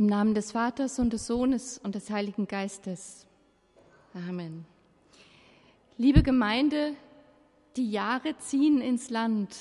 Im Namen des Vaters und des Sohnes und des Heiligen Geistes. Amen. Liebe Gemeinde, die Jahre ziehen ins Land.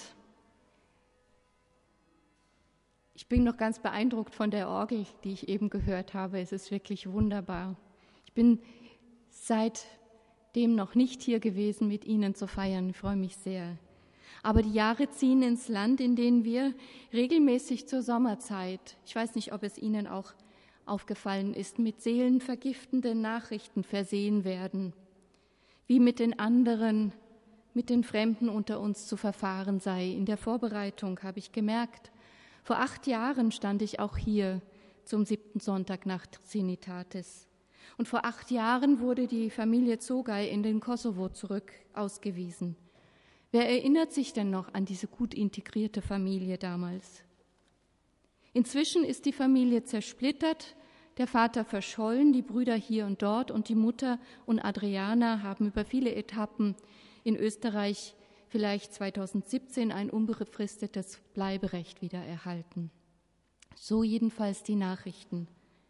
Ich bin noch ganz beeindruckt von der Orgel, die ich eben gehört habe. Es ist wirklich wunderbar. Ich bin seitdem noch nicht hier gewesen, mit Ihnen zu feiern. Ich freue mich sehr. Aber die Jahre ziehen ins Land, in denen wir regelmäßig zur Sommerzeit, ich weiß nicht, ob es Ihnen auch aufgefallen ist, mit seelenvergiftenden Nachrichten versehen werden, wie mit den anderen, mit den Fremden unter uns zu verfahren sei. In der Vorbereitung habe ich gemerkt, vor 8 Jahren stand ich auch hier zum 7. Sonntag nach Trinitatis. Und vor 8 Jahren wurde die Familie Zogay in den Kosovo zurück ausgewiesen. Wer erinnert sich denn noch an diese gut integrierte Familie damals? Inzwischen ist die Familie zersplittert, der Vater verschollen, die Brüder hier und dort und die Mutter und Adriana haben über viele Etappen in Österreich vielleicht 2017 ein unbefristetes Bleiberecht wieder erhalten. So jedenfalls die Nachrichten.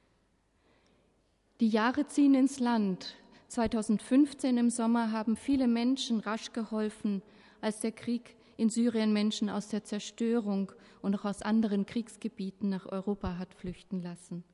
Die Jahre ziehen ins Land. 2015 im Sommer haben viele Menschen rasch geholfen, als der Krieg in Syrien Menschen aus der Zerstörung und auch aus anderen Kriegsgebieten nach Europa hat flüchten lassen.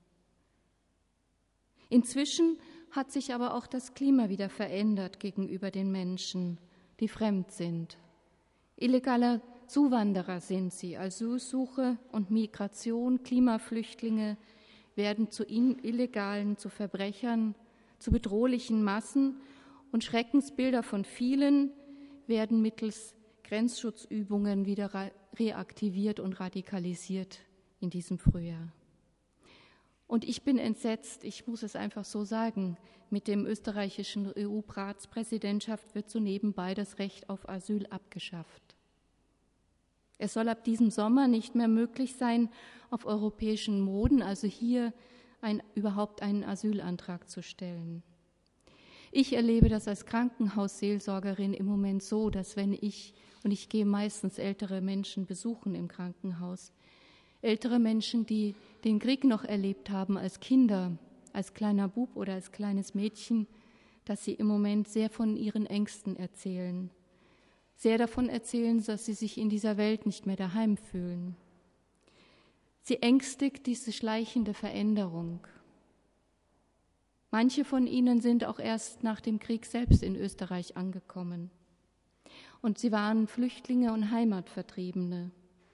Inzwischen hat sich aber auch das Klima wieder verändert gegenüber den Menschen, die fremd sind. Illegale Zuwanderer sind sie, Asylsuche und Migration, Klimaflüchtlinge werden zu Illegalen, zu Verbrechern, zu bedrohlichen Massen und Schreckensbilder von vielen werden mittels Grenzschutzübungen wieder reaktiviert und radikalisiert in diesem Frühjahr. Und ich bin entsetzt, ich muss es einfach so sagen, mit dem österreichischen EU-Ratspräsidentschaft wird so nebenbei das Recht auf Asyl abgeschafft. Es soll ab diesem Sommer nicht mehr möglich sein, auf europäischen Boden, also hier überhaupt einen Asylantrag zu stellen. Ich erlebe das als Krankenhausseelsorgerin im Moment so, dass wenn ich gehe meistens ältere Menschen besuchen im Krankenhaus, ältere Menschen, die den Krieg noch erlebt haben als Kinder, als kleiner Bub oder als kleines Mädchen, dass sie im Moment sehr von ihren Ängsten erzählen, sehr davon erzählen, dass sie sich in dieser Welt nicht mehr daheim fühlen. Sie ängstigt diese schleichende Veränderung. Manche von ihnen sind auch erst nach dem Krieg selbst in Österreich angekommen. Und sie waren Flüchtlinge und Heimatvertriebene.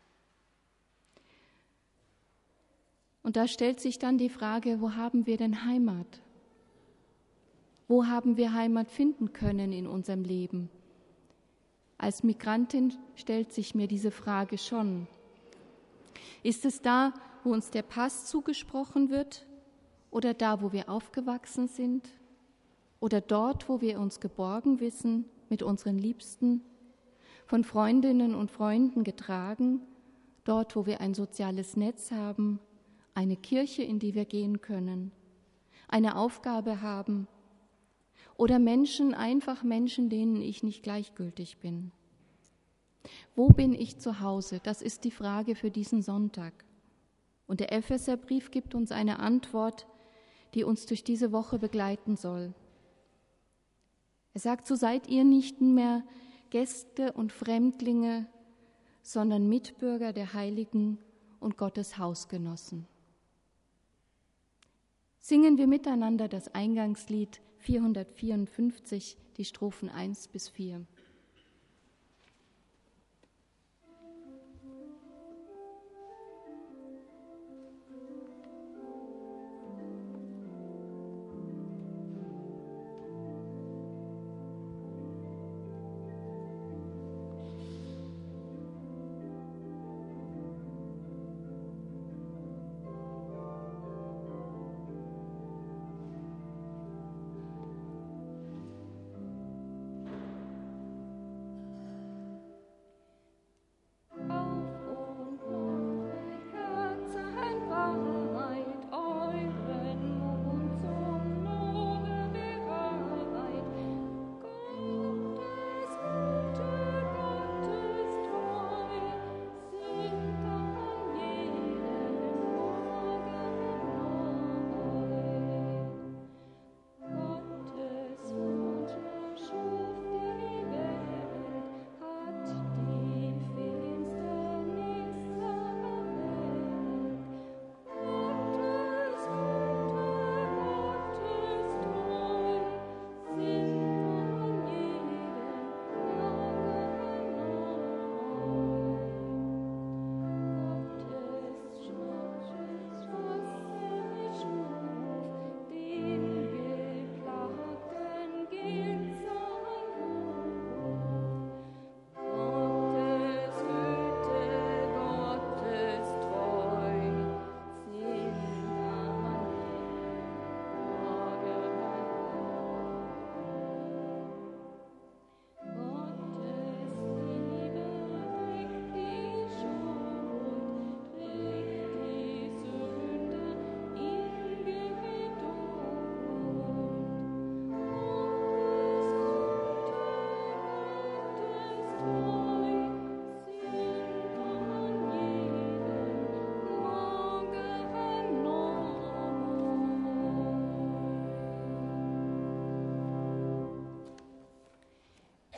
Und da stellt sich dann die Frage, wo haben wir denn Heimat? Wo haben wir Heimat finden können in unserem Leben? Als Migrantin stellt sich mir diese Frage schon. Ist es da, wo uns der Pass zugesprochen wird? Oder da, wo wir aufgewachsen sind? Oder dort, wo wir uns geborgen wissen, mit unseren Liebsten, von Freundinnen und Freunden getragen, dort, wo wir ein soziales Netz haben, eine Kirche, in die wir gehen können, eine Aufgabe haben oder einfach Menschen, denen ich nicht gleichgültig bin. Wo bin ich zu Hause? Das ist die Frage für diesen Sonntag. Und der Epheserbrief gibt uns eine Antwort, die uns durch diese Woche begleiten soll. Er sagt, so seid ihr nicht mehr Gäste und Fremdlinge, sondern Mitbürger der Heiligen und Gottes Hausgenossen. Singen wir miteinander das Eingangslied 454, die Strophen 1 bis 4.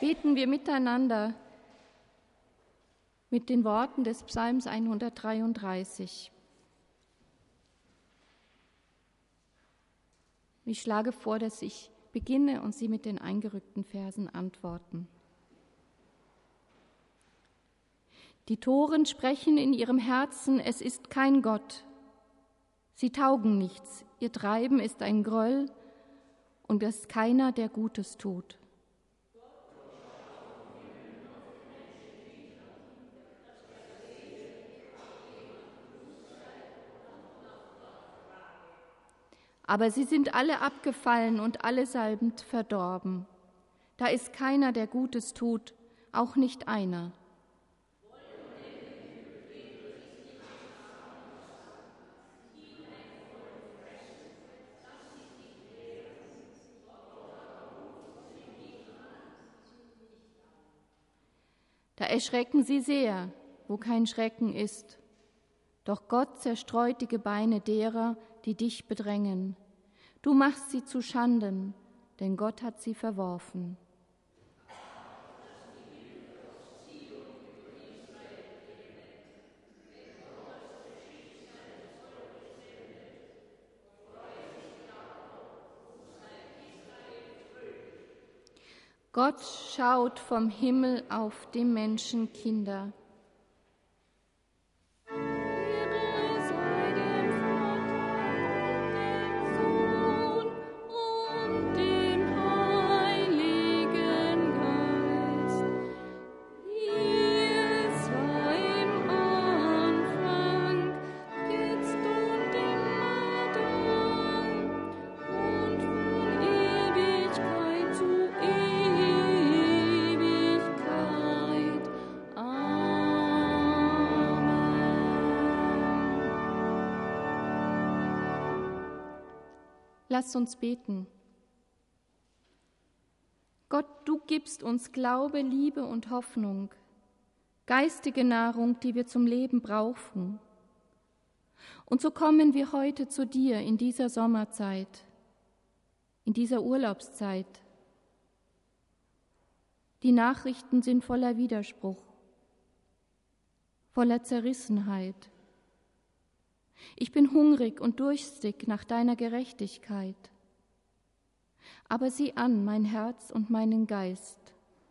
beten wir miteinander mit den Worten des Psalms 133. Ich schlage vor, dass ich beginne und Sie mit den eingerückten Versen antworten. Die Toren sprechen in ihrem Herzen, es ist kein Gott. Sie taugen nichts, ihr Treiben ist ein Groll und es ist keiner, der Gutes tut. Aber sie sind alle abgefallen und allesamt verdorben. Da ist keiner, der Gutes tut, auch nicht einer. Da erschrecken sie sehr, wo kein Schrecken ist. Doch Gott zerstreut die Gebeine derer, die dich bedrängen. Du machst sie zu Schanden, denn Gott hat sie verworfen. Gott schaut vom Himmel auf die Menschenkinder. Lasst uns beten. Gott, du gibst uns Glaube, Liebe und Hoffnung, geistige Nahrung, die wir zum Leben brauchen. Und so kommen wir heute zu dir in dieser Sommerzeit, in dieser Urlaubszeit. Die Nachrichten sind voller Widerspruch, voller Zerrissenheit. Ich bin hungrig und durstig nach deiner Gerechtigkeit. Aber sieh an mein Herz und meinen Geist.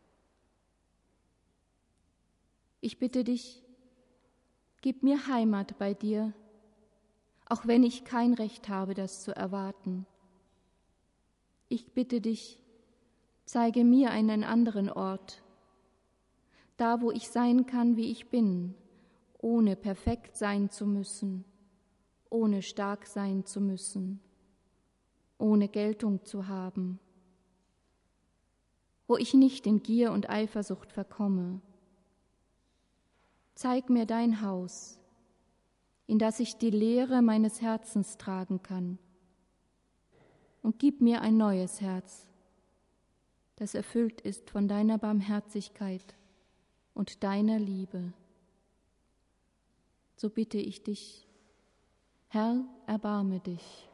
Ich bitte dich, gib mir Heimat bei dir, auch wenn ich kein Recht habe, das zu erwarten. Ich bitte dich, zeige mir einen anderen Ort, da wo ich sein kann, wie ich bin, ohne perfekt sein zu müssen, ohne stark sein zu müssen, ohne Geltung zu haben, wo ich nicht in Gier und Eifersucht verkomme. Zeig mir dein Haus, in das ich die Leere meines Herzens tragen kann, und gib mir ein neues Herz, das erfüllt ist von deiner Barmherzigkeit und deiner Liebe. So bitte ich dich, Herr, erbarme dich.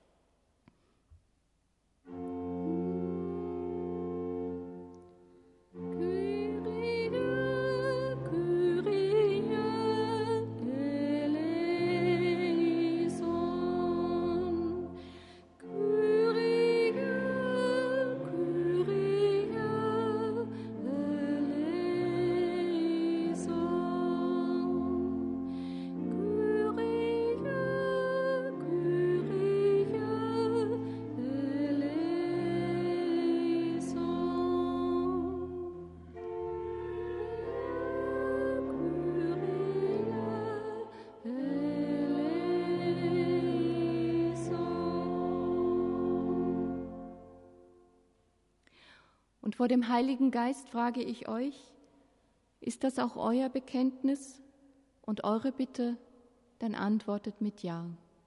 Und vor dem Heiligen Geist frage ich euch, ist das auch euer Bekenntnis und eure Bitte? Dann antwortet mit Ja.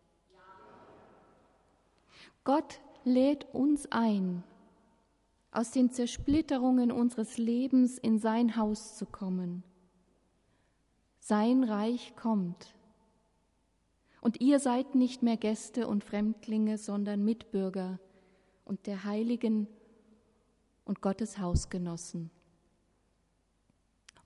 Gott lädt uns ein, aus den Zersplitterungen unseres Lebens in sein Haus zu kommen. Sein Reich kommt. Und ihr seid nicht mehr Gäste und Fremdlinge, sondern Mitbürger und der Heiligen und Gottes Hausgenossen.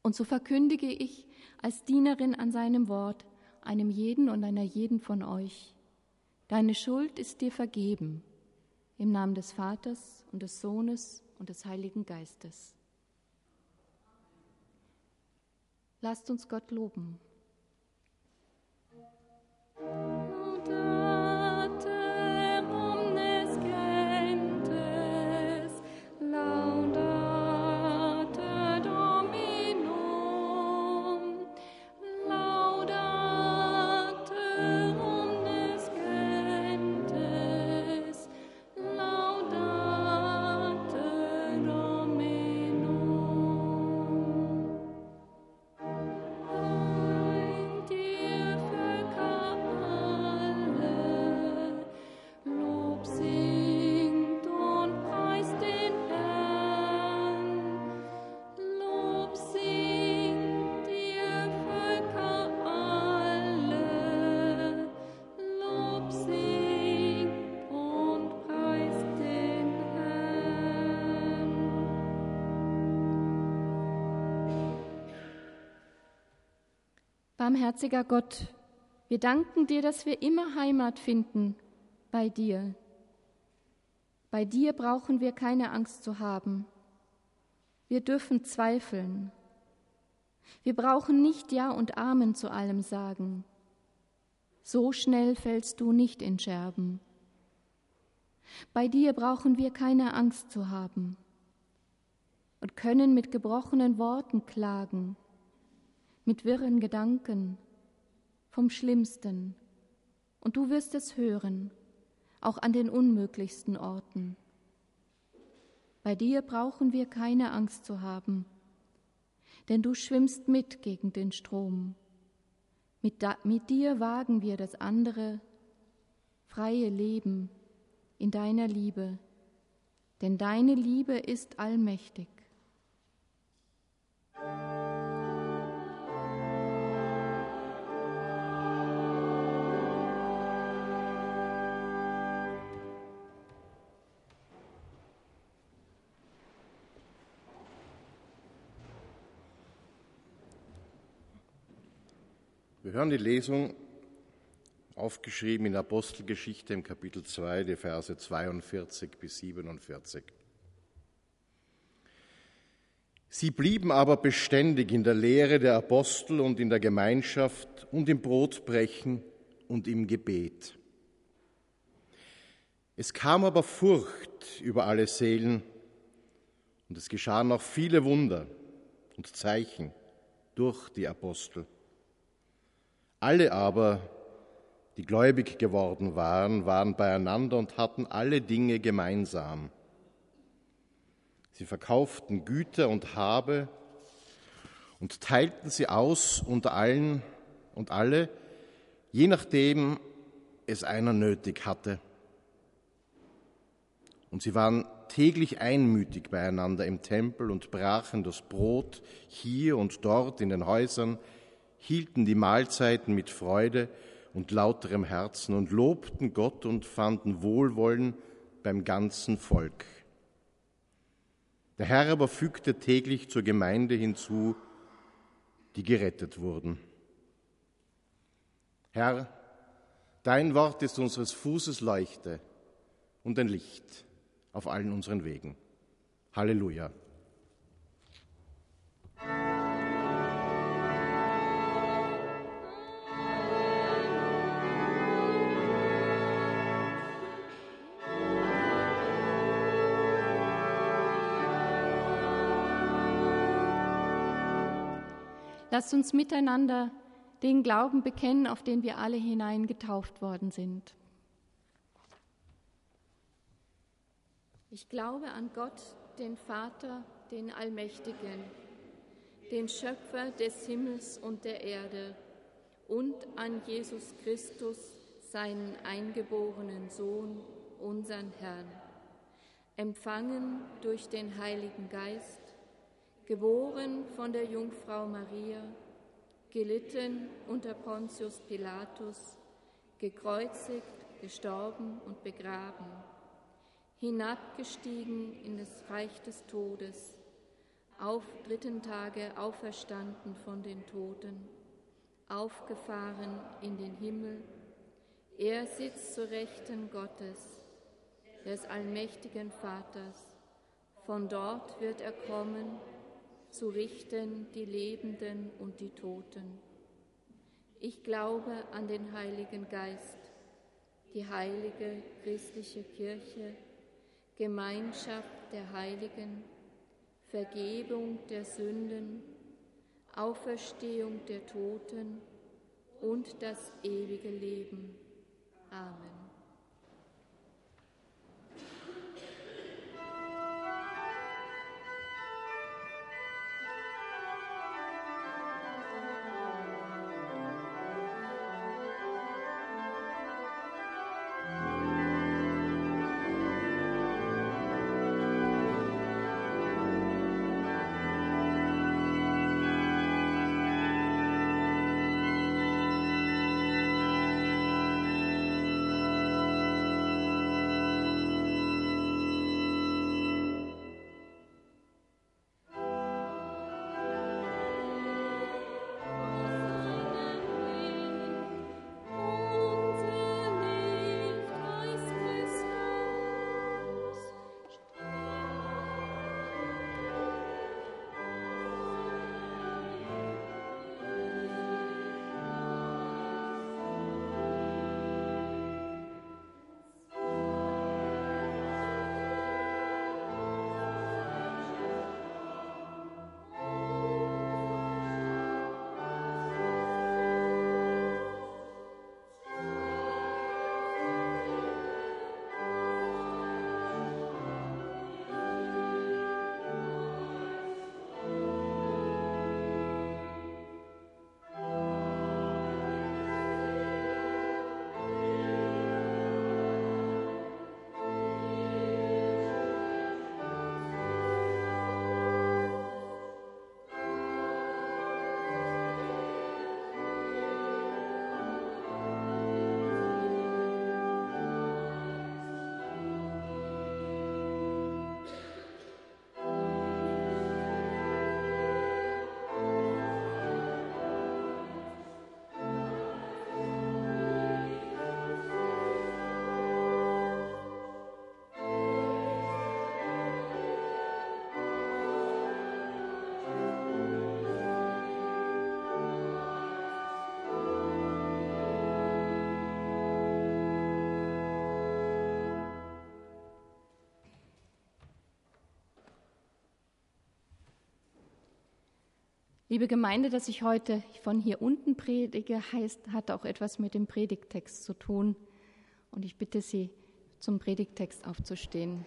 Und so verkündige ich als Dienerin an seinem Wort, einem jeden und einer jeden von euch: Deine Schuld ist dir vergeben, im Namen des Vaters und des Sohnes und des Heiligen Geistes. Lasst uns Gott loben. Barmherziger Gott, wir danken dir, dass wir immer Heimat finden bei dir. Bei dir brauchen wir keine Angst zu haben. Wir dürfen zweifeln. Wir brauchen nicht Ja und Amen zu allem sagen. So schnell fällst du nicht in Scherben. Bei dir brauchen wir keine Angst zu haben und können mit gebrochenen Worten klagen, mit wirren Gedanken vom Schlimmsten. Und du wirst es hören, auch an den unmöglichsten Orten. Bei dir brauchen wir keine Angst zu haben, denn du schwimmst mit gegen den Strom. Mit dir wagen wir das andere, freie Leben in deiner Liebe, denn deine Liebe ist allmächtig. Wir hören die Lesung, aufgeschrieben in Apostelgeschichte im Kapitel 2, die Verse 42 bis 47. Sie blieben aber beständig in der Lehre der Apostel und in der Gemeinschaft und im Brotbrechen und im Gebet. Es kam aber Furcht über alle Seelen, und es geschahen auch viele Wunder und Zeichen durch die Apostel. Alle aber, die gläubig geworden waren, waren beieinander und hatten alle Dinge gemeinsam. Sie verkauften Güter und Habe und teilten sie aus unter allen und alle, je nachdem es einer nötig hatte. Und sie waren täglich einmütig beieinander im Tempel und brachen das Brot hier und dort in den Häusern, hielten die Mahlzeiten mit Freude und lauterem Herzen und lobten Gott und fanden Wohlwollen beim ganzen Volk. Der Herr aber fügte täglich zur Gemeinde hinzu, die gerettet wurden. Herr, dein Wort ist unseres Fußes Leuchte und ein Licht auf allen unseren Wegen. Halleluja. Lasst uns miteinander den Glauben bekennen, auf den wir alle hineingetauft worden sind. Ich glaube an Gott, den Vater, den Allmächtigen, den Schöpfer des Himmels und der Erde, und an Jesus Christus, seinen eingeborenen Sohn, unseren Herrn, empfangen durch den Heiligen Geist, geboren von der Jungfrau Maria, gelitten unter Pontius Pilatus, gekreuzigt, gestorben und begraben, hinabgestiegen in das Reich des Todes, auf dritten Tage auferstanden von den Toten, aufgefahren in den Himmel. Er sitzt zur Rechten Gottes, des allmächtigen Vaters. Von dort wird er kommen, zu richten die Lebenden und die Toten. Ich glaube an den Heiligen Geist, die heilige christliche Kirche, Gemeinschaft der Heiligen, Vergebung der Sünden, Auferstehung der Toten und das ewige Leben. Amen. Liebe Gemeinde, dass ich heute von hier unten predige, hat auch etwas mit dem Predigttext zu tun. Und ich bitte Sie, zum Predigttext aufzustehen.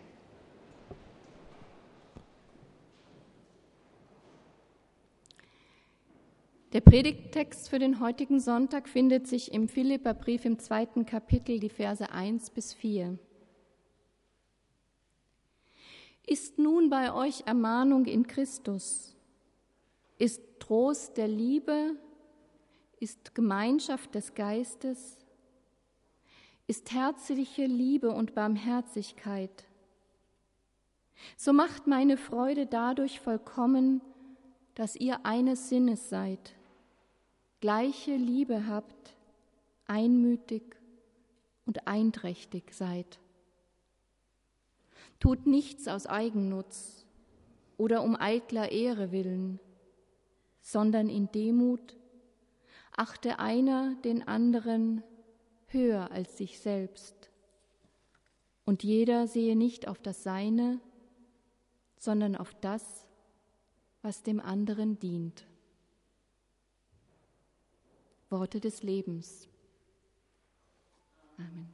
Der Predigttext für den heutigen Sonntag findet sich im Philipperbrief im 2. Kapitel, die Verse 1 bis 4. Ist nun bei euch Ermahnung in Christus? Ist Trost der Liebe? Ist Gemeinschaft des Geistes? Ist herzliche Liebe und Barmherzigkeit? So macht meine Freude dadurch vollkommen, dass ihr eines Sinnes seid, gleiche Liebe habt, einmütig und einträchtig seid. Tut nichts aus Eigennutz oder um eitler Ehre willen, sondern in Demut achte einer den anderen höher als sich selbst. Und jeder sehe nicht auf das Seine, sondern auf das, was dem anderen dient. Worte des Lebens. Amen.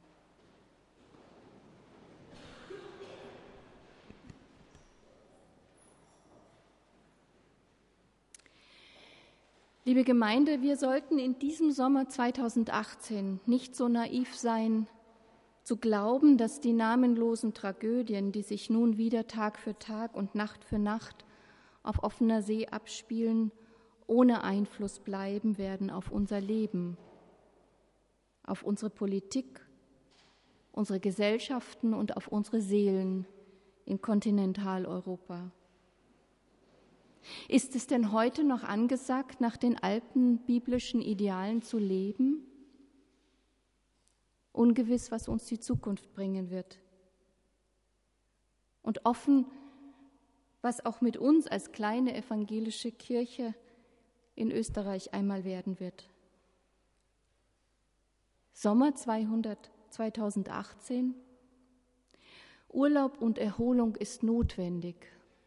Liebe Gemeinde, wir sollten in diesem Sommer 2018 nicht so naiv sein, zu glauben, dass die namenlosen Tragödien, die sich nun wieder Tag für Tag und Nacht für Nacht auf offener See abspielen, ohne Einfluss bleiben werden auf unser Leben, auf unsere Politik, unsere Gesellschaften und auf unsere Seelen in Kontinentaleuropa. Ist es denn heute noch angesagt, nach den alten biblischen Idealen zu leben? Ungewiss, was uns die Zukunft bringen wird. Und offen, was auch mit uns als kleine evangelische Kirche in Österreich einmal werden wird. Sommer 2018. Urlaub und Erholung ist notwendig.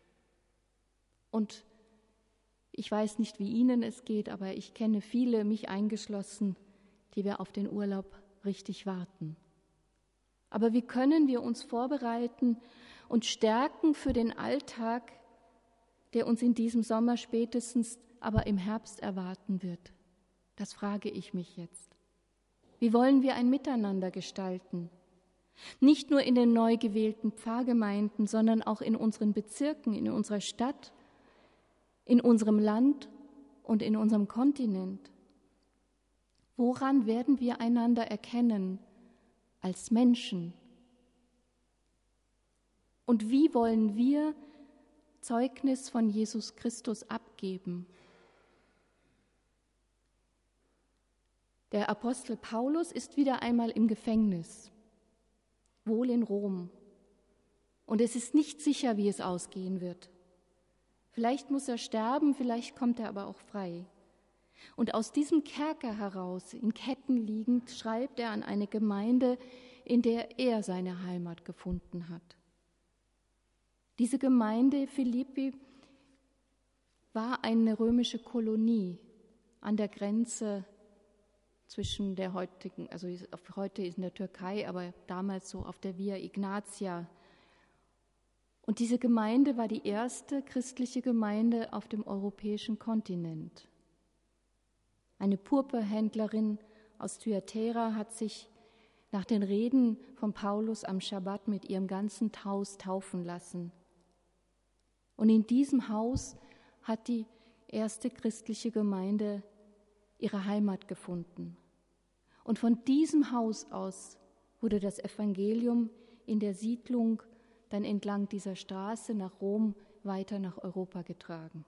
Und ich weiß nicht, wie Ihnen es geht, aber ich kenne viele, mich eingeschlossen, die wir auf den Urlaub richtig warten. Aber wie können wir uns vorbereiten und stärken für den Alltag, der uns in diesem Sommer spätestens, aber im Herbst erwarten wird? Das frage ich mich jetzt. Wie wollen wir ein Miteinander gestalten? Nicht nur in den neu gewählten Pfarrgemeinden, sondern auch in unseren Bezirken, in unserer Stadt, in unserem Land und in unserem Kontinent. Woran werden wir einander erkennen als Menschen? Und wie wollen wir Zeugnis von Jesus Christus abgeben? Der Apostel Paulus ist wieder einmal im Gefängnis, wohl in Rom. Und es ist nicht sicher, wie es ausgehen wird. Vielleicht muss er sterben, vielleicht kommt er aber auch frei. Und aus diesem Kerker heraus, in Ketten liegend, schreibt er an eine Gemeinde, in der er seine Heimat gefunden hat. Diese Gemeinde Philippi war eine römische Kolonie an der Grenze zwischen der heutigen, also heute ist in der Türkei, aber damals so auf der Via Ignatia. Und diese Gemeinde war die erste christliche Gemeinde auf dem europäischen Kontinent. Eine Purpurhändlerin aus Thyatira hat sich nach den Reden von Paulus am Schabbat mit ihrem ganzen Haus taufen lassen. Und in diesem Haus hat die erste christliche Gemeinde ihre Heimat gefunden. Und von diesem Haus aus wurde das Evangelium in der Siedlung dann entlang dieser Straße nach Rom weiter nach Europa getragen.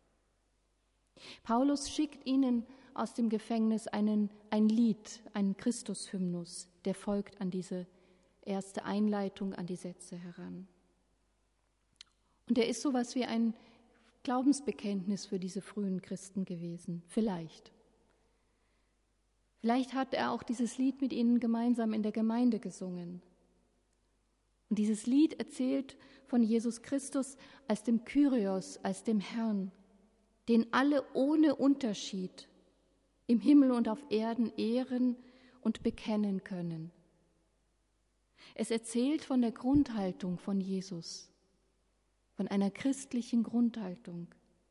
Paulus schickt ihnen aus dem Gefängnis ein Lied, einen Christushymnus, der folgt an diese erste Einleitung, an die Sätze heran. Und er ist sowas wie ein Glaubensbekenntnis für diese frühen Christen gewesen, vielleicht. Vielleicht hat er auch dieses Lied mit ihnen gemeinsam in der Gemeinde gesungen. Und dieses Lied erzählt von Jesus Christus als dem Kyrios, als dem Herrn, den alle ohne Unterschied im Himmel und auf Erden ehren und bekennen können. Es erzählt von der Grundhaltung von Jesus, von einer christlichen Grundhaltung,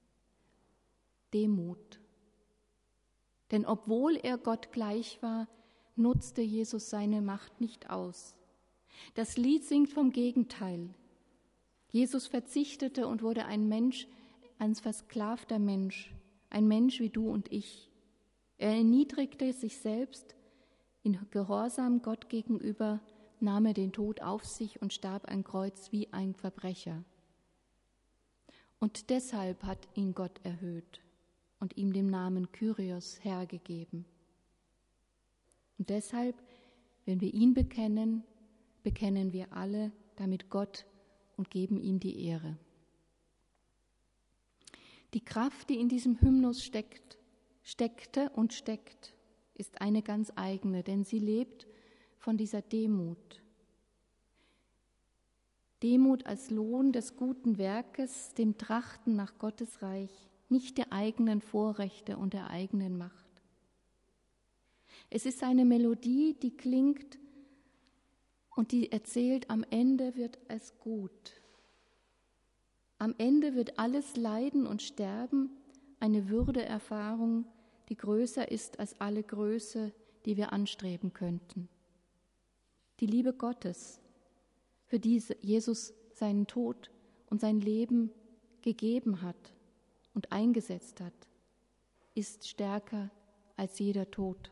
Demut. Denn obwohl er Gott gleich war, nutzte Jesus seine Macht nicht aus. Das Lied singt vom Gegenteil. Jesus verzichtete und wurde ein Mensch, ein versklavter Mensch, ein Mensch wie du und ich. Er erniedrigte sich selbst in Gehorsam Gott gegenüber, nahm er den Tod auf sich und starb am Kreuz wie ein Verbrecher. Und deshalb hat ihn Gott erhöht und ihm den Namen Kyrios, Herr, gegeben. Und deshalb, wenn wir ihn bekennen, bekennen wir alle damit Gott und geben ihm die Ehre. Die Kraft, die in diesem Hymnus steckte und steckt, ist eine ganz eigene, denn sie lebt von dieser Demut. Demut als Lohn des guten Werkes, dem Trachten nach Gottes Reich, nicht der eigenen Vorrechte und der eigenen Macht. Es ist eine Melodie, die klingt und die erzählt, am Ende wird es gut. Am Ende wird alles Leiden und Sterben eine Würdeerfahrung, die größer ist als alle Größe, die wir anstreben könnten. Die Liebe Gottes, für die Jesus seinen Tod und sein Leben gegeben hat und eingesetzt hat, ist stärker als jeder Tod.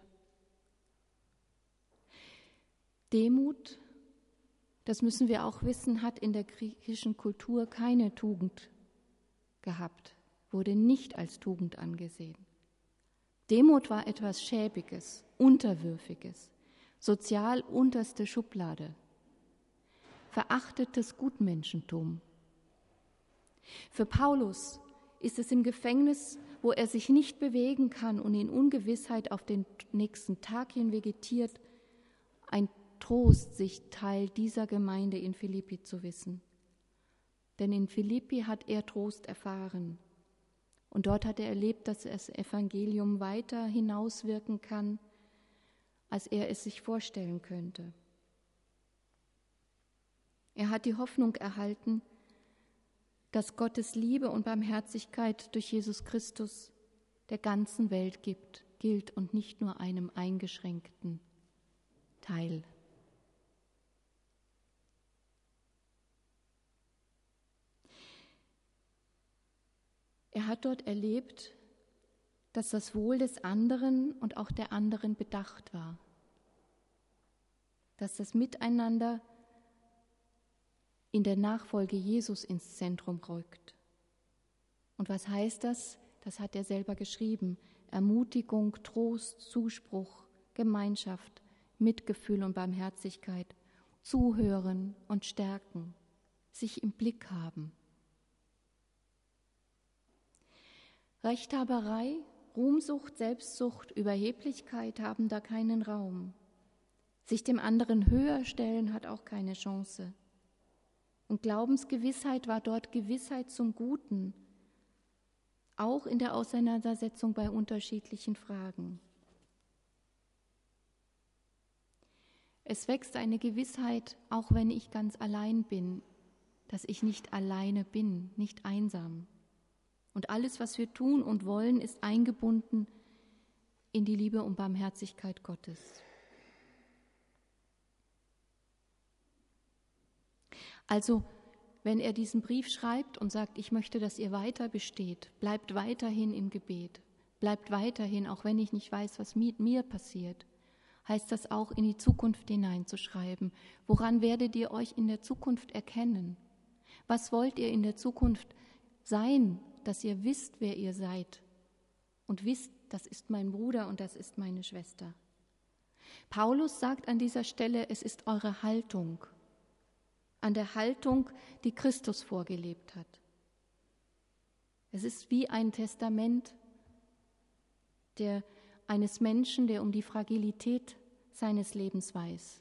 Demut, das müssen wir auch wissen, hat in der griechischen Kultur keine Tugend gehabt. wurde nicht als Tugend angesehen. Demut war etwas Schäbiges, Unterwürfiges, sozial unterste Schublade, verachtetes Gutmenschentum. Für Paulus ist es im Gefängnis, wo er sich nicht bewegen kann und in Ungewissheit auf den nächsten Tag hin vegetiert, ein Trost, sich Teil dieser Gemeinde in Philippi zu wissen. Denn in Philippi hat er Trost erfahren. Und dort hat er erlebt, dass das Evangelium weiter hinauswirken kann, als er es sich vorstellen könnte. Er hat die Hoffnung erhalten, dass Gottes Liebe und Barmherzigkeit durch Jesus Christus der ganzen Welt gilt und nicht nur einem eingeschränkten Teil. Er hat dort erlebt, dass das Wohl des anderen und auch der anderen bedacht war, dass das Miteinander in der Nachfolge Jesus ins Zentrum rückt. Und was heißt das? Das hat er selber geschrieben. Ermutigung, Trost, Zuspruch, Gemeinschaft, Mitgefühl und Barmherzigkeit, Zuhören und Stärken, sich im Blick haben. Rechthaberei, Ruhmsucht, Selbstsucht, Überheblichkeit haben da keinen Raum. Sich dem anderen höher stellen hat auch keine Chance. Und Glaubensgewissheit war dort Gewissheit zum Guten, auch in der Auseinandersetzung bei unterschiedlichen Fragen. Es wächst eine Gewissheit, auch wenn ich ganz allein bin, dass ich nicht alleine bin, nicht einsam. Und alles, was wir tun und wollen, ist eingebunden in die Liebe und Barmherzigkeit Gottes. Also, wenn er diesen Brief schreibt und sagt, ich möchte, dass ihr weiter besteht, bleibt weiterhin im Gebet, bleibt weiterhin, auch wenn ich nicht weiß, was mit mir passiert, heißt das auch in die Zukunft hineinzuschreiben. Woran werdet ihr euch in der Zukunft erkennen? Was wollt ihr in der Zukunft sein, dass ihr wisst, wer ihr seid und wisst, das ist mein Bruder und das ist meine Schwester? Paulus sagt an dieser Stelle, es ist eure Haltung, an der Haltung, die Christus vorgelebt hat. Es ist wie ein Testament eines Menschen, der um die Fragilität seines Lebens weiß.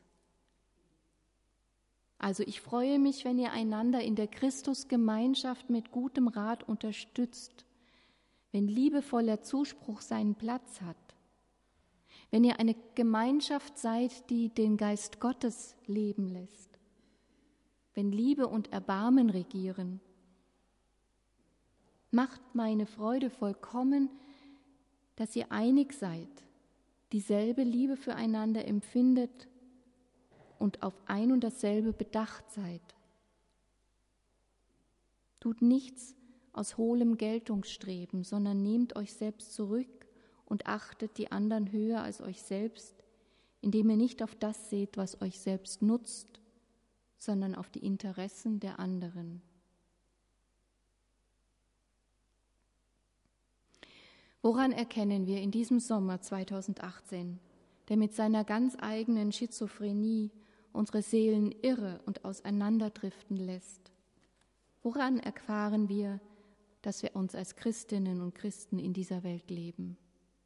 Also ich freue mich, wenn ihr einander in der Christusgemeinschaft mit gutem Rat unterstützt, wenn liebevoller Zuspruch seinen Platz hat, wenn ihr eine Gemeinschaft seid, die den Geist Gottes leben lässt, wenn Liebe und Erbarmen regieren. Macht meine Freude vollkommen, dass ihr einig seid, dieselbe Liebe füreinander empfindet und auf ein und dasselbe bedacht seid. Tut nichts aus hohlem Geltungsstreben, sondern nehmt euch selbst zurück und achtet die anderen höher als euch selbst, indem ihr nicht auf das seht, was euch selbst nutzt, sondern auf die Interessen der anderen. Woran erkennen wir in diesem Sommer 2018, der mit seiner ganz eigenen Schizophrenie unsere Seelen irre und auseinanderdriften lässt? Woran erfahren wir, dass wir uns als Christinnen und Christen in dieser Welt leben?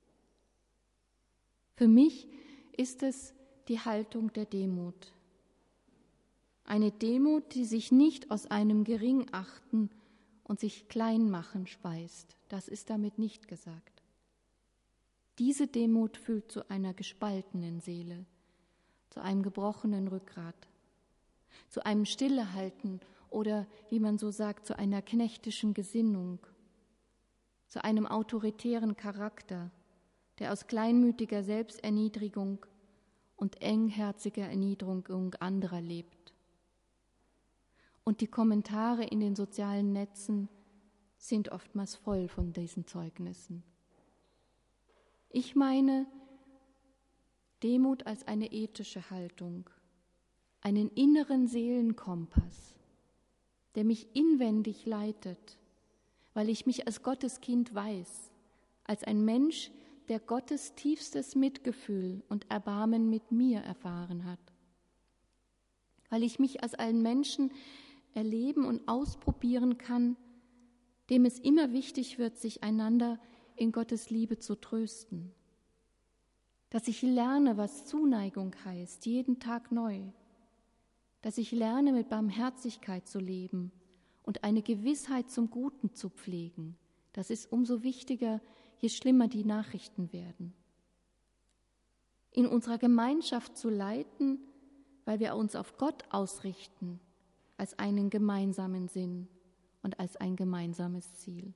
Für mich ist es die Haltung der Demut. Eine Demut, die sich nicht aus einem Geringachten und sich Kleinmachen speist. Das ist damit nicht gesagt. Diese Demut führt zu einer gespaltenen Seele, zu einem gebrochenen Rückgrat, zu einem Stillehalten oder, wie man so sagt, zu einer knechtischen Gesinnung, zu einem autoritären Charakter, der aus kleinmütiger Selbsterniedrigung und engherziger Erniedrigung anderer lebt. Und die Kommentare in den sozialen Netzen sind oftmals voll von diesen Zeugnissen. Ich meine Demut als eine ethische Haltung, einen inneren Seelenkompass, der mich inwendig leitet, weil ich mich als Gottes Kind weiß, als ein Mensch, der Gottes tiefstes Mitgefühl und Erbarmen mit mir erfahren hat, weil ich mich als einen Menschen erleben und ausprobieren kann, dem es immer wichtig wird, sich einander in Gottes Liebe zu trösten, dass ich lerne, was Zuneigung heißt, jeden Tag neu, dass ich lerne, mit Barmherzigkeit zu leben und eine Gewissheit zum Guten zu pflegen. Das ist umso wichtiger, je schlimmer die Nachrichten werden. In unserer Gemeinschaft zu leiten, weil wir uns auf Gott ausrichten, als einen gemeinsamen Sinn und als ein gemeinsames Ziel.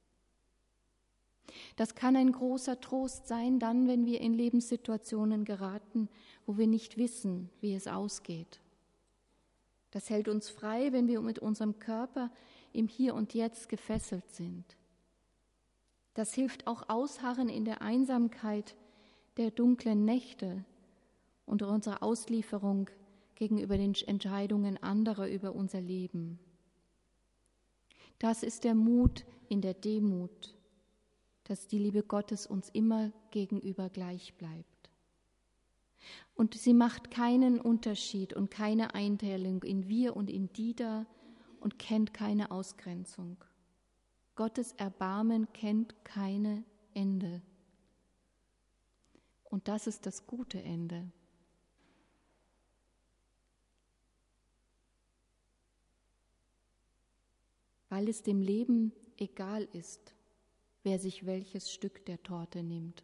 Das kann ein großer Trost sein, dann, wenn wir in Lebenssituationen geraten, wo wir nicht wissen, wie es ausgeht. Das hält uns frei, wenn wir mit unserem Körper im Hier und Jetzt gefesselt sind. Das hilft auch ausharren in der Einsamkeit der dunklen Nächte und unserer Auslieferung gegenüber den Entscheidungen anderer über unser Leben. Das ist der Mut in der Demut, dass die Liebe Gottes uns immer gegenüber gleich bleibt. Und sie macht keinen Unterschied und keine Einteilung in wir und in die da und kennt keine Ausgrenzung. Gottes Erbarmen kennt keine Ende. Und das ist das gute Ende. Weil es dem Leben egal ist, wer sich welches Stück der Torte nimmt.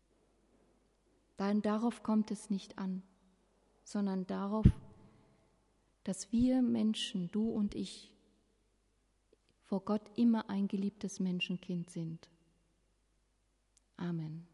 Darauf kommt es nicht an, sondern darauf, dass wir Menschen, du und ich, vor Gott immer ein geliebtes Menschenkind sind. Amen.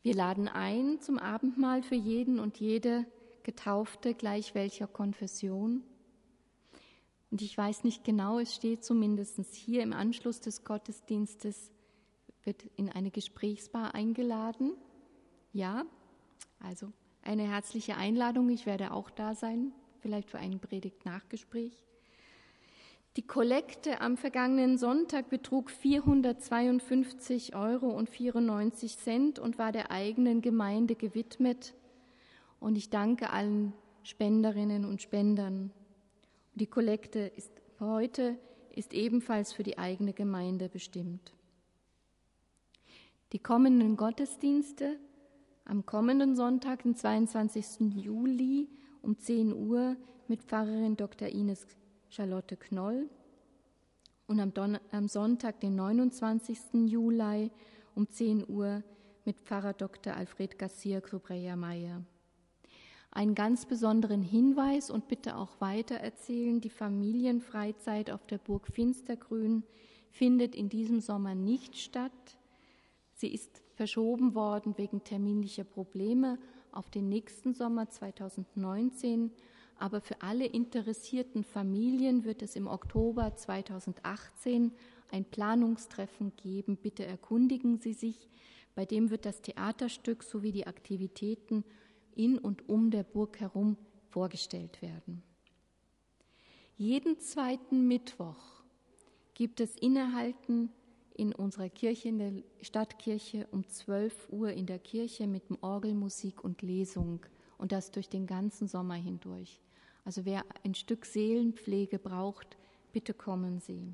Wir laden ein zum Abendmahl für jeden und jede Getaufte, gleich welcher Konfession. Und ich weiß nicht genau, es steht zumindest hier im Anschluss des Gottesdienstes, wird in eine Gesprächsbar eingeladen. Ja, also eine herzliche Einladung, ich werde auch da sein, vielleicht für ein Predigt-Nachgespräch. Die Kollekte am vergangenen Sonntag betrug 452,94 € und war der eigenen Gemeinde gewidmet. Und ich danke allen Spenderinnen und Spendern. Die Kollekte ist ebenfalls für die eigene Gemeinde bestimmt. Die kommenden Gottesdienste am kommenden Sonntag, den 22. Juli um 10 Uhr mit Pfarrerin Dr. Ines Charlotte Knoll und am Sonntag, den 29. Juli um 10 Uhr mit Pfarrer Dr. Alfred Gassier-Krubreyer-Meyer. Einen ganz besonderen Hinweis und bitte auch weitererzählen: Die Familienfreizeit auf der Burg Finstergrün findet in diesem Sommer nicht statt. Sie ist verschoben worden wegen terminlicher Probleme auf den nächsten Sommer 2019. Aber für alle interessierten Familien wird es im Oktober 2018 ein Planungstreffen geben. Bitte erkundigen Sie sich. Bei dem wird das Theaterstück sowie die Aktivitäten in und um der Burg herum vorgestellt werden. Jeden zweiten Mittwoch gibt es Innehalten in unserer Kirche, in der Stadtkirche, um 12 Uhr in der Kirche mit Orgelmusik und Lesung, und das durch den ganzen Sommer hindurch. Also wer ein Stück Seelenpflege braucht, bitte kommen Sie.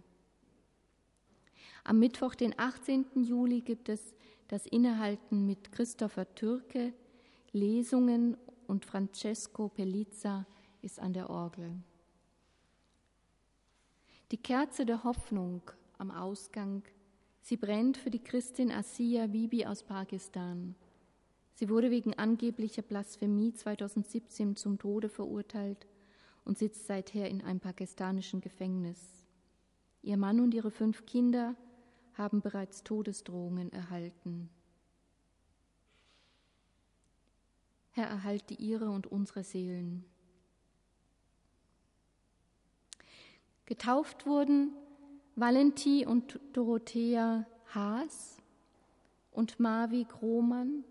Am Mittwoch, den 18. Juli, gibt es das Innehalten mit Christopher Türke, Lesungen, und Francesco Pelizza ist an der Orgel. Die Kerze der Hoffnung am Ausgang, sie brennt für die Christin Asia Bibi aus Pakistan. Sie wurde wegen angeblicher Blasphemie 2017 zum Tode verurteilt und sitzt seither in einem pakistanischen Gefängnis. Ihr Mann und ihre 5 Kinder haben bereits Todesdrohungen erhalten. Herr, erhalte ihre und unsere Seelen. Getauft wurden Valentin und Dorothea Haas und Marvi Grohmann,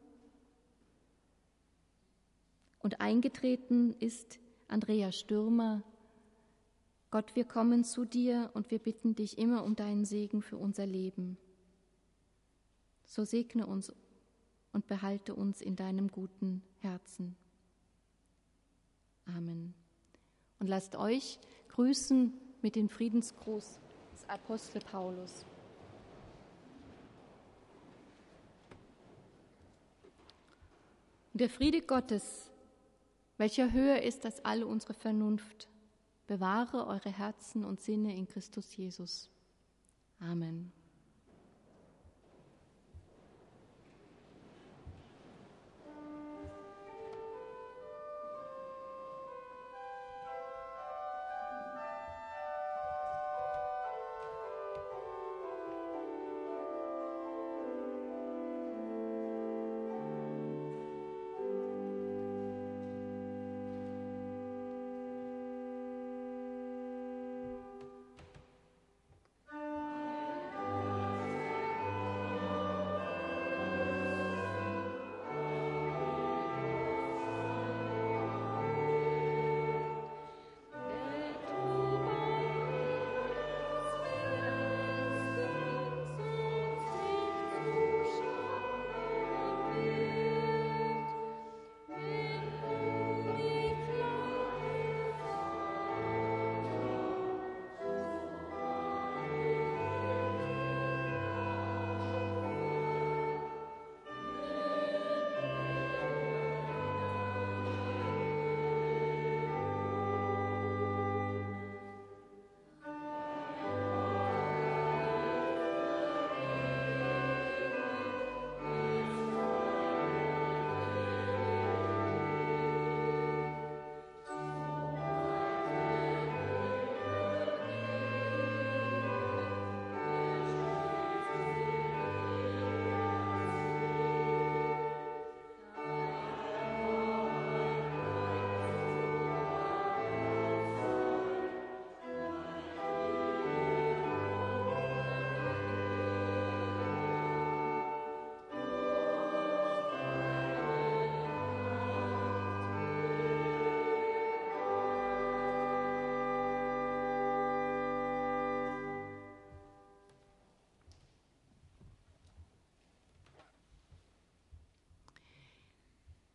und eingetreten ist Andrea Stürmer. Gott, wir kommen zu dir und wir bitten dich immer um deinen Segen für unser Leben. So segne uns und behalte uns in deinem guten Herzen. Amen. Und lasst euch grüßen mit dem Friedensgruß des Apostel Paulus. Und der Friede Gottes, welcher höher ist als alle unsere Vernunft, bewahre eure Herzen und Sinne in Christus Jesus. Amen.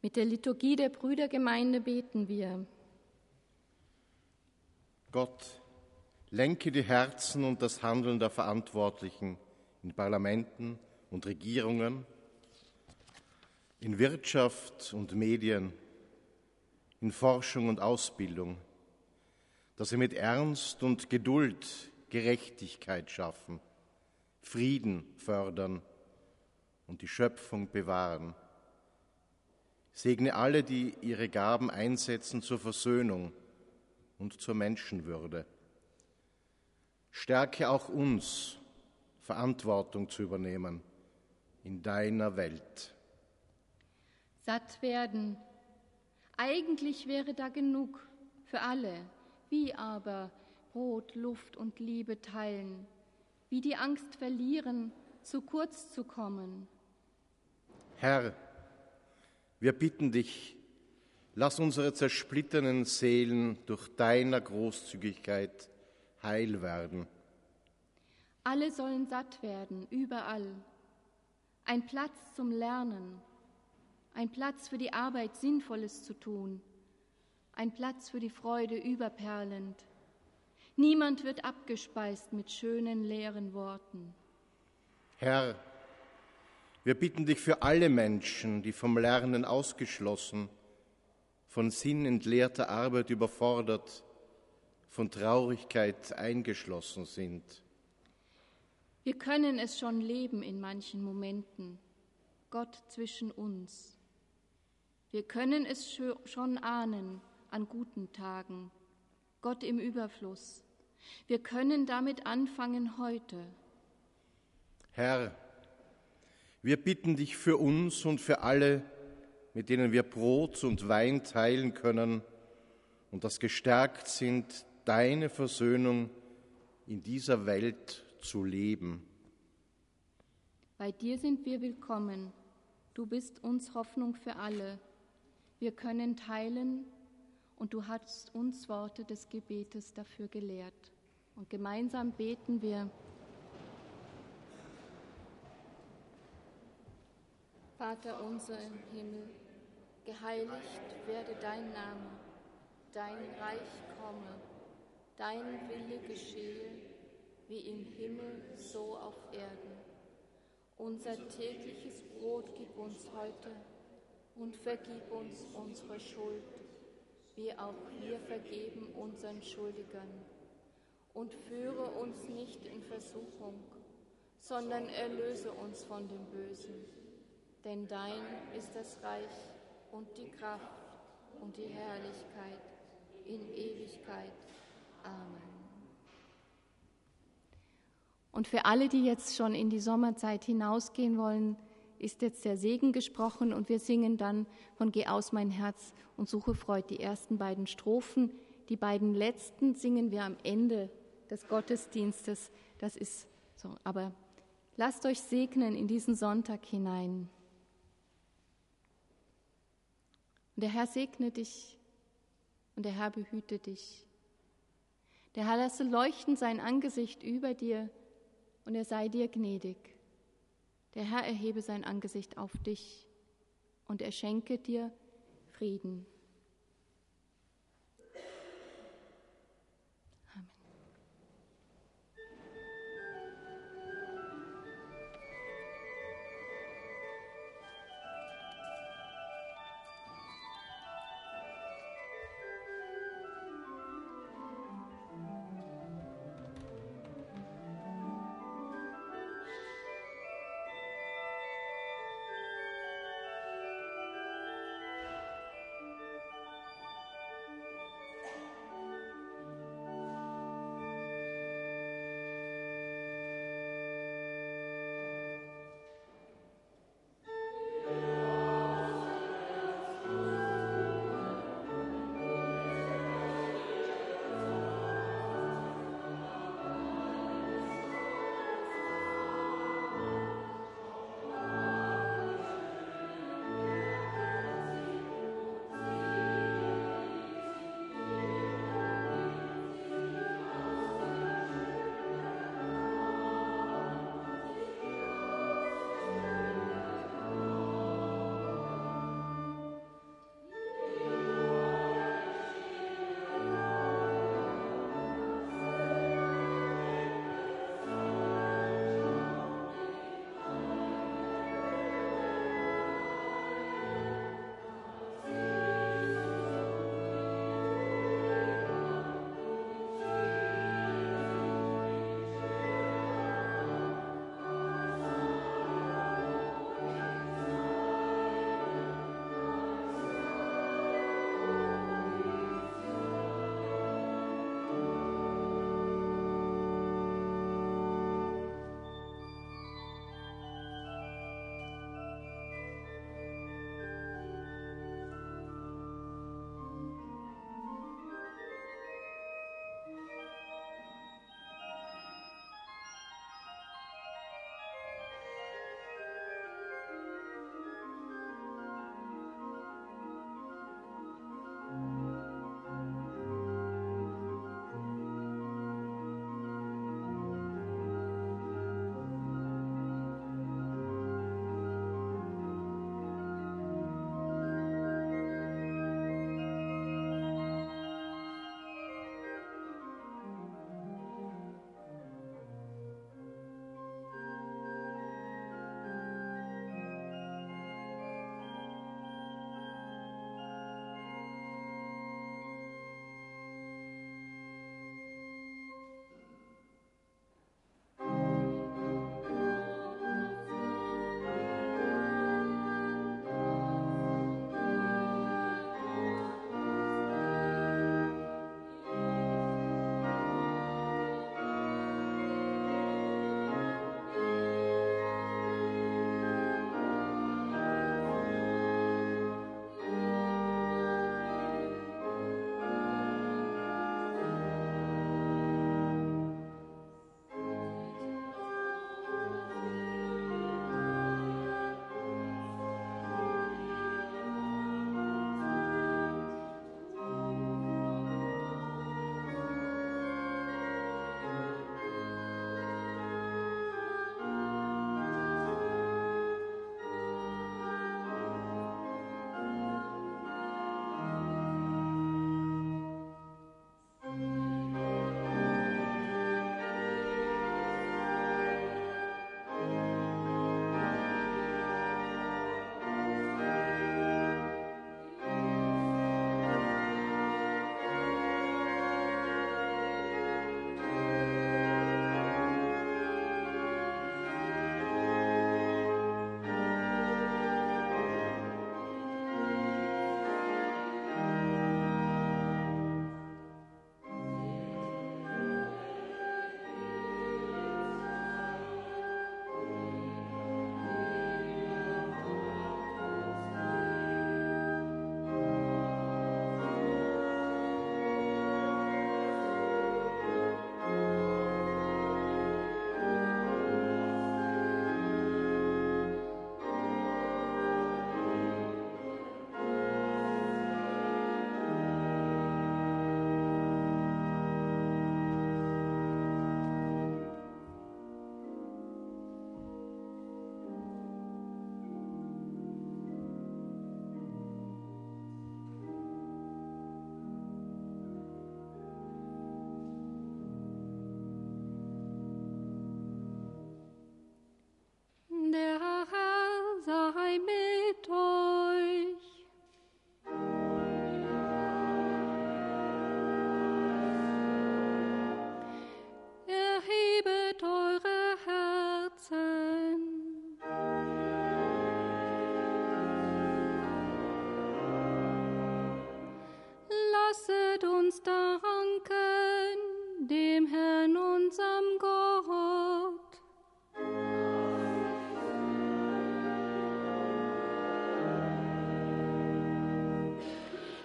Mit der Liturgie der Brüdergemeinde beten wir. Gott, lenke die Herzen und das Handeln der Verantwortlichen in Parlamenten und Regierungen, in Wirtschaft und Medien, in Forschung und Ausbildung, dass sie mit Ernst und Geduld Gerechtigkeit schaffen, Frieden fördern und die Schöpfung bewahren. Segne alle, die ihre Gaben einsetzen zur Versöhnung und zur Menschenwürde. Stärke auch uns, Verantwortung zu übernehmen in deiner Welt. Satt werden. Eigentlich wäre da genug für alle. Wie aber Brot, Luft und Liebe teilen? Wie die Angst verlieren, zu kurz zu kommen? Herr, wir bitten dich, lass unsere zersplitterten Seelen durch deiner Großzügigkeit heil werden. Alle sollen satt werden, überall. Ein Platz zum Lernen, ein Platz für die Arbeit, Sinnvolles zu tun, ein Platz für die Freude überperlend. Niemand wird abgespeist mit schönen, leeren Worten. Herr, wir bitten dich für alle Menschen, die vom Lernen ausgeschlossen, von sinnentleerter Arbeit überfordert, von Traurigkeit eingeschlossen sind. Wir können es schon leben in manchen Momenten, Gott zwischen uns. Wir können es schon ahnen an guten Tagen, Gott im Überfluss. Wir können damit anfangen heute. Herr, wir bitten dich für uns und für alle, mit denen wir Brot und Wein teilen können und das gestärkt sind, deine Versöhnung in dieser Welt zu leben. Bei dir sind wir willkommen. Du bist uns Hoffnung für alle. Wir können teilen und du hast uns Worte des Gebetes dafür gelehrt. Und gemeinsam beten wir. Vater unser im Himmel, geheiligt werde dein Name, dein Reich komme, dein Wille geschehe, wie im Himmel, so auf Erden. Unser tägliches Brot gib uns heute und vergib uns unsere Schuld, wie auch wir vergeben unseren Schuldigern. Und führe uns nicht in Versuchung, sondern erlöse uns von dem Bösen. Denn dein ist das Reich und die Kraft und die Herrlichkeit in Ewigkeit. Amen. Und für alle, die jetzt schon in die Sommerzeit hinausgehen wollen, ist jetzt der Segen gesprochen und wir singen dann von Geh aus mein Herz und suche Freud die ersten beiden Strophen. Die beiden letzten singen wir am Ende des Gottesdienstes. Das ist so, aber lasst euch segnen in diesen Sonntag hinein. Und der Herr segne dich und der Herr behüte dich. Der Herr lasse leuchten sein Angesicht über dir und er sei dir gnädig. Der Herr erhebe sein Angesicht auf dich und er schenke dir Frieden. Amen.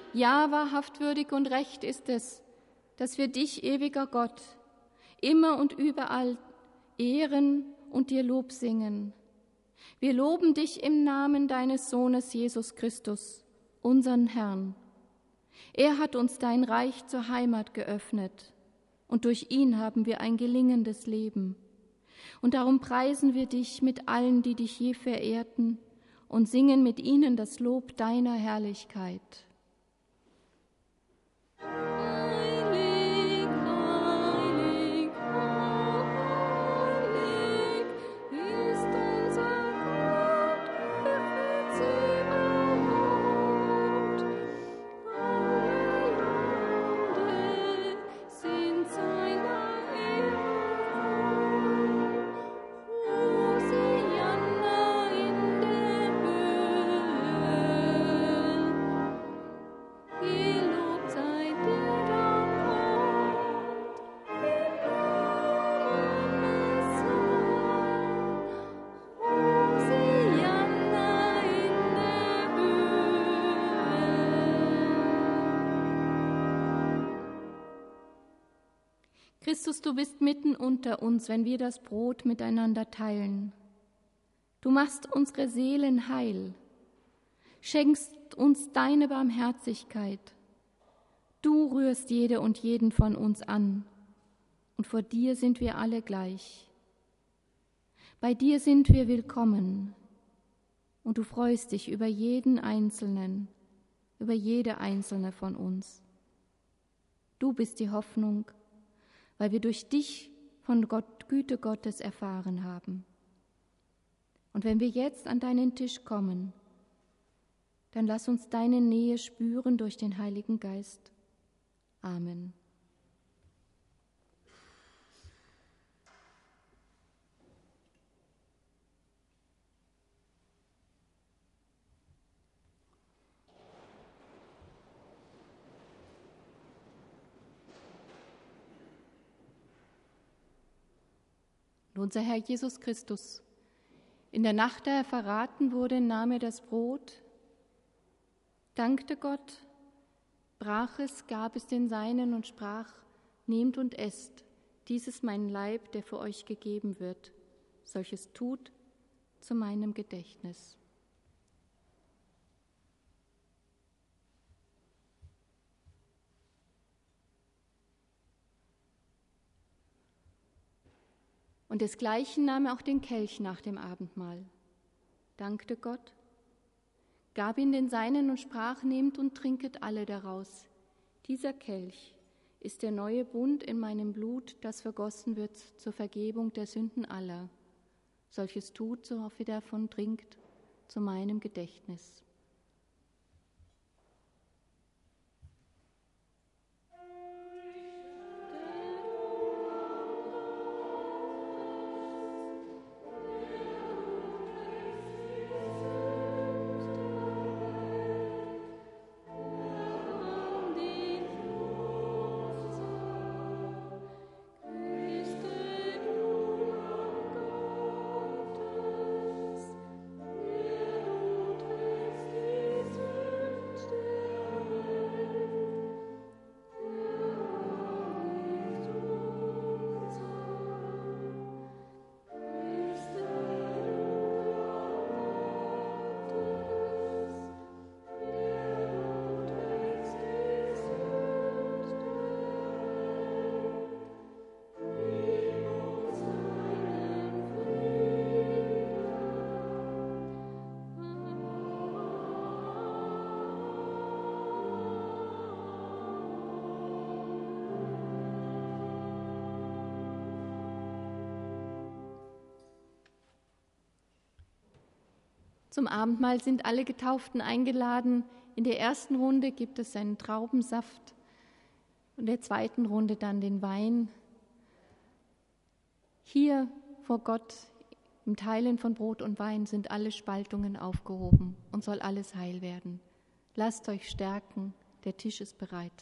Ja, wahrhaft würdig und recht ist es, dass wir dich, ewiger Gott, immer und überall ehren und dir Lob singen. Wir loben dich im Namen deines Sohnes Jesus Christus, unseren Herrn. Er hat uns dein Reich zur Heimat geöffnet und durch ihn haben wir ein gelingendes Leben. Und darum preisen wir dich mit allen, die dich je verehrten, und singen mit ihnen das Lob deiner Herrlichkeit. Christus, du bist mitten unter uns, wenn wir das Brot miteinander teilen. Du machst unsere Seelen heil, schenkst uns deine Barmherzigkeit. Du rührst jede und jeden von uns an, und vor dir sind wir alle gleich. Bei dir sind wir willkommen, und du freust dich über jeden Einzelnen, über jede einzelne von uns. Du bist die Hoffnung, weil wir durch dich von Güte Gottes erfahren haben. Und wenn wir jetzt an deinen Tisch kommen, dann lass uns deine Nähe spüren durch den Heiligen Geist. Amen. Unser Herr Jesus Christus, in der Nacht, da er verraten wurde, nahm er das Brot, dankte Gott, brach es, gab es den Seinen und sprach: Nehmt und esst, dies ist mein Leib, der für euch gegeben wird. Solches tut zu meinem Gedächtnis. Und desgleichen nahm er auch den Kelch nach dem Abendmahl, dankte Gott, gab ihn den Seinen und sprach: Nehmt und trinket alle daraus. Dieser Kelch ist der neue Bund in meinem Blut, das vergossen wird zur Vergebung der Sünden aller. Solches tut, so oft ihr davon trinkt, zu meinem Gedächtnis. Zum Abendmahl sind alle Getauften eingeladen. In der ersten Runde gibt es einen Traubensaft und in der zweiten Runde dann den Wein. Hier vor Gott im Teilen von Brot und Wein sind alle Spaltungen aufgehoben und soll alles heil werden. Lasst euch stärken, der Tisch ist bereit.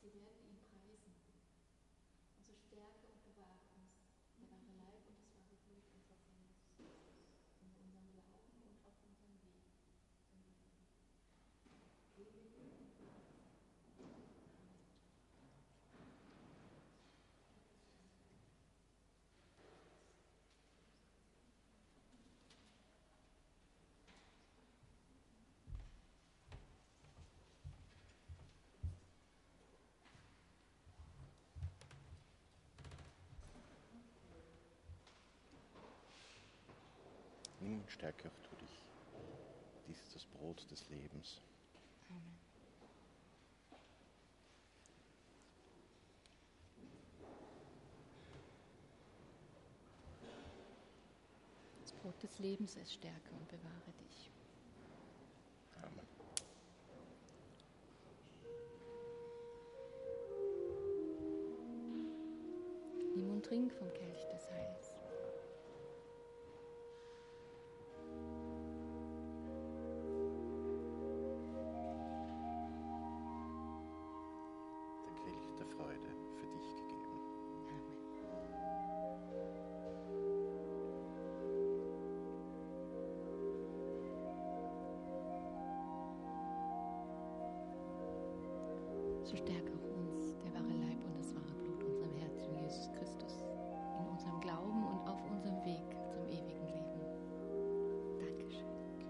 Nimm und stärke auch du dich. Dies ist das Brot des Lebens. Amen. Das Brot des Lebens, es stärke und bewahre dich. Amen. Nimm und trink vom Kelch des Heils. Der Kelch der Freude für dich gegeben. So stärke auch uns, der wahre Leib und das wahre Blut, unserem Herzen, Jesus Christus, in unserem Glauben und auf unserem Weg zum ewigen Leben. Dankeschön.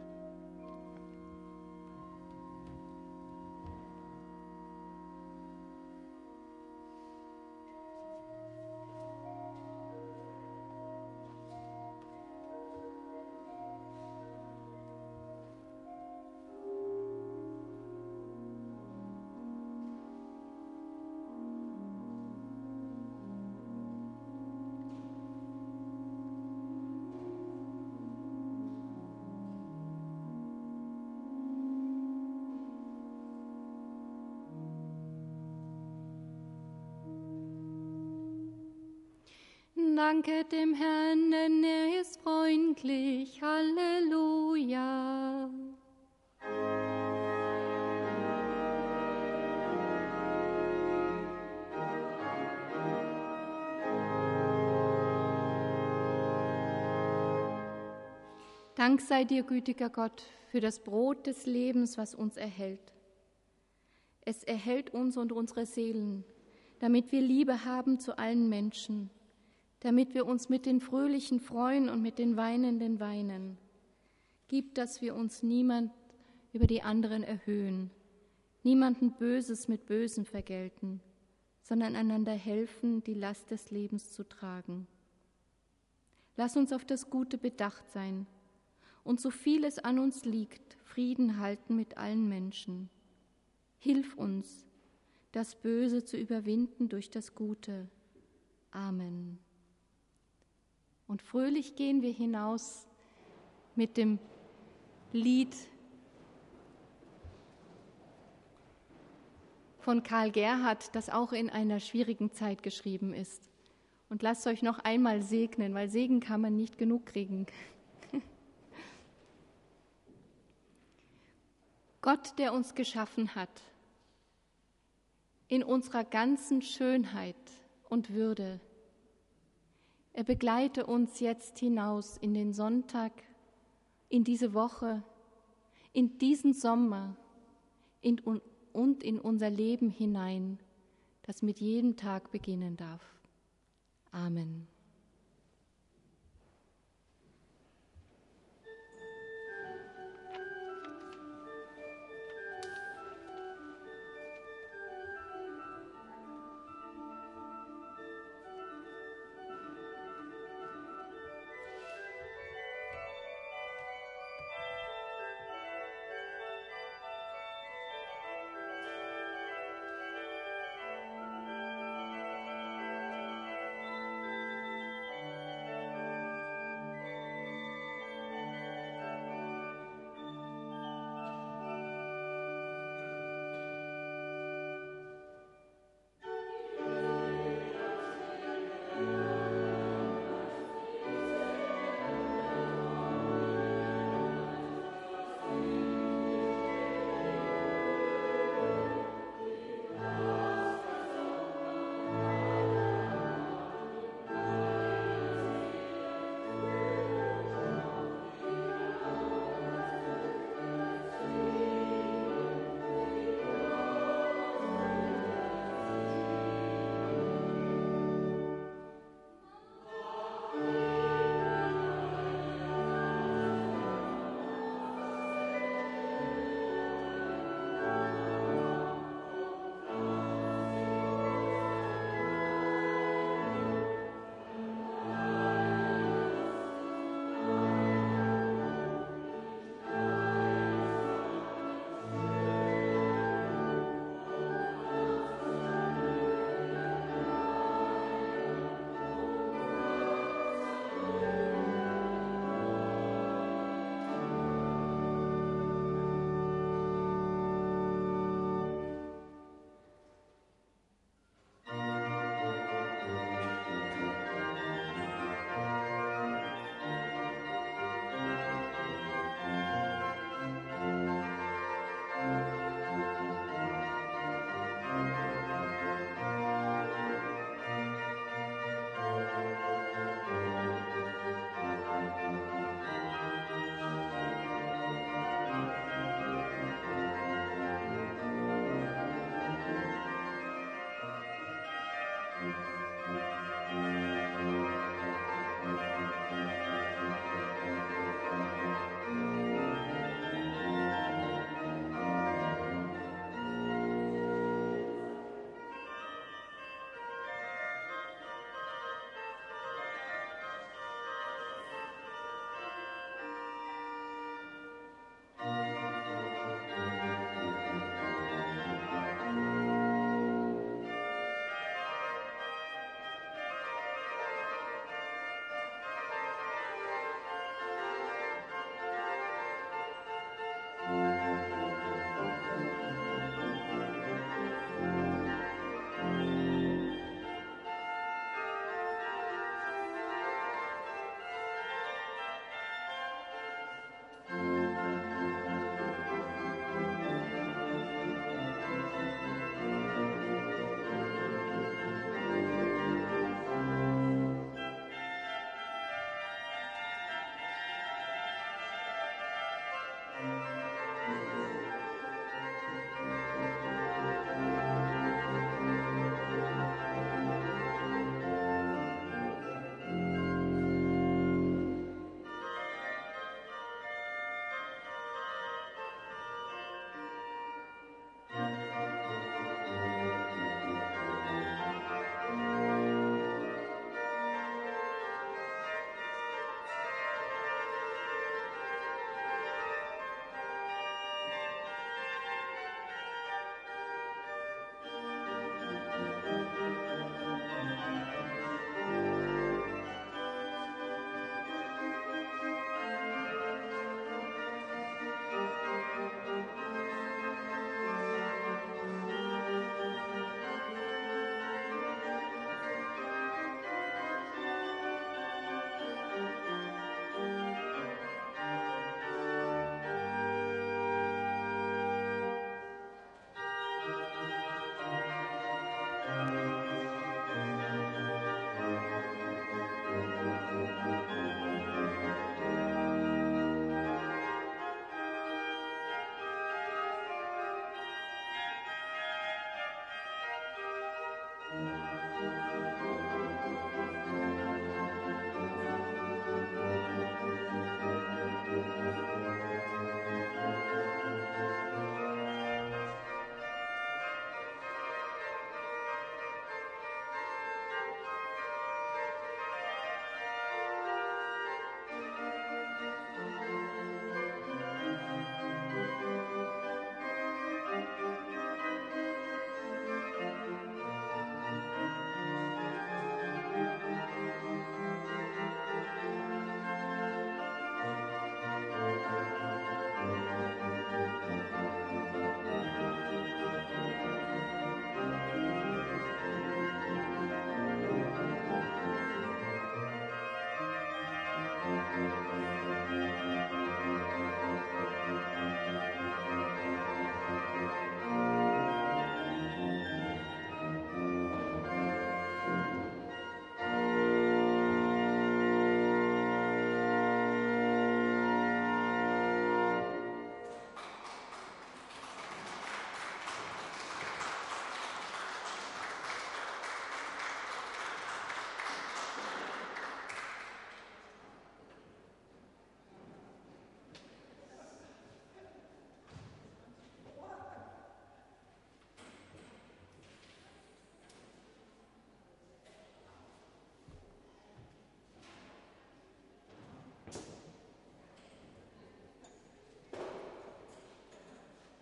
Danket dem Herrn, denn er ist freundlich. Halleluja. Dank sei dir, gütiger Gott, für das Brot des Lebens, was uns erhält. Es erhält uns und unsere Seelen, damit wir Liebe haben zu allen Menschen, damit wir uns mit den Fröhlichen freuen und mit den Weinenden weinen. Gib, dass wir uns niemand über die anderen erhöhen, niemanden Böses mit Bösem vergelten, sondern einander helfen, die Last des Lebens zu tragen. Lass uns auf das Gute bedacht sein und so viel es an uns liegt, Frieden halten mit allen Menschen. Hilf uns, das Böse zu überwinden durch das Gute. Amen. Und fröhlich gehen wir hinaus mit dem Lied von Karl Gerhardt, das auch in einer schwierigen Zeit geschrieben ist. Und lasst euch noch einmal segnen, weil Segen kann man nicht genug kriegen. Gott, der uns geschaffen hat, in unserer ganzen Schönheit und Würde, er begleite uns jetzt hinaus in den Sonntag, in diese Woche, in diesen Sommer und in unser Leben hinein, das mit jedem Tag beginnen darf. Amen.